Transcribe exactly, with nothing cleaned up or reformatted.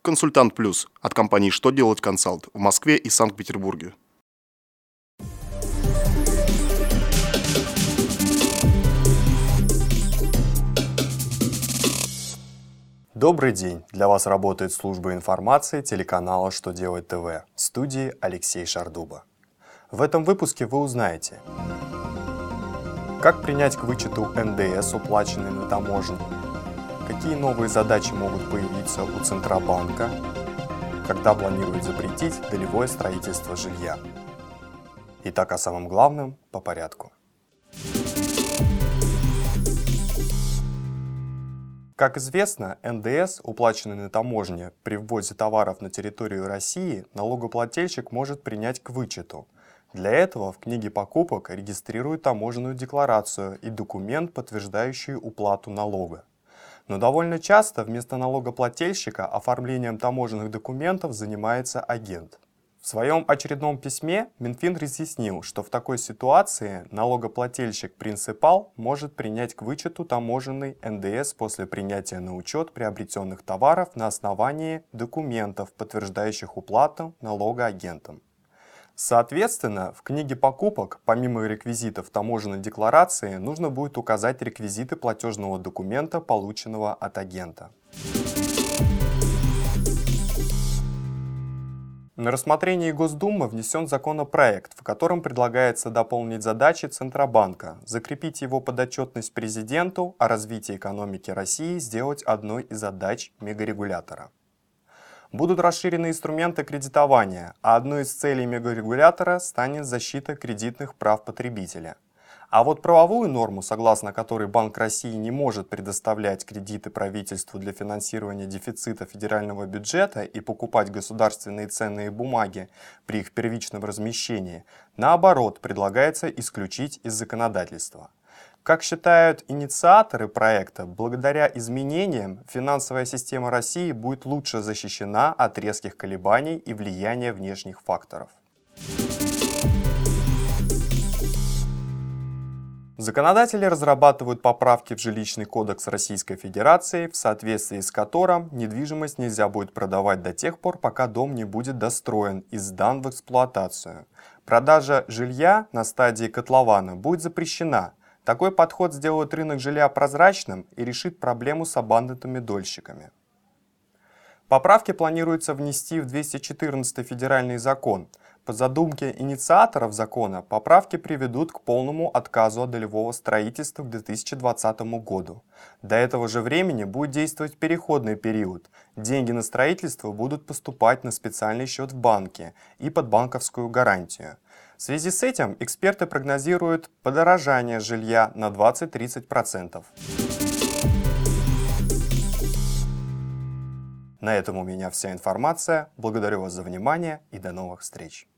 Консультант Плюс от компании «Что делать консалт» в Москве и Санкт-Петербурге. Добрый день! Для вас работает служба информации телеканала «Что делать ТВ» в студии Алексей Шардуба. В этом выпуске вы узнаете, как принять к вычету эн дэ эс, уплаченный на таможне, какие новые задачи могут появиться у Центробанка, когда планируют запретить долевое строительство жилья. Итак, о самом главном по порядку. Как известно, эн дэ эс, уплаченный на таможне при ввозе товаров на территорию России, налогоплательщик может принять к вычету. Для этого в книге покупок регистрируют таможенную декларацию и документ, подтверждающий уплату налога. Но довольно часто вместо налогоплательщика оформлением таможенных документов занимается агент. В своем очередном письме Минфин разъяснил, что в такой ситуации налогоплательщик-принципал может принять к вычету таможенный эн дэ эс после принятия на учет приобретенных товаров на основании документов, подтверждающих уплату налога агентом. Соответственно, в книге покупок, помимо реквизитов таможенной декларации, нужно будет указать реквизиты платежного документа, полученного от агента. На рассмотрение Госдумы внесен законопроект, в котором предлагается дополнить задачи Центробанка, закрепить его подотчетность президенту, а развитие экономики России сделать одной из задач мегарегулятора. Будут расширены инструменты кредитования, а одной из целей мегарегулятора станет защита кредитных прав потребителя. А вот правовую норму, согласно которой Банк России не может предоставлять кредиты правительству для финансирования дефицита федерального бюджета и покупать государственные ценные бумаги при их первичном размещении, наоборот, предлагается исключить из законодательства. Как считают инициаторы проекта, благодаря изменениям финансовая система России будет лучше защищена от резких колебаний и влияния внешних факторов. Законодатели разрабатывают поправки в Жилищный кодекс Российской Федерации, в соответствии с которым недвижимость нельзя будет продавать до тех пор, пока дом не будет достроен и сдан в эксплуатацию. Продажа жилья на стадии котлована будет запрещена. Такой подход сделает рынок жилья прозрачным и решит проблему с абандонными дольщиками. Поправки планируется внести в двести четырнадцатый федеральный закон. По задумке инициаторов закона, поправки приведут к полному отказу от долевого строительства к две тысячи двадцатому году. До этого же времени будет действовать переходный период. Деньги на строительство будут поступать на специальный счет в банке и под банковскую гарантию. В связи с этим эксперты прогнозируют подорожание жилья на двадцать-тридцать процентов. На этом у меня вся информация. Благодарю вас за внимание и до новых встреч.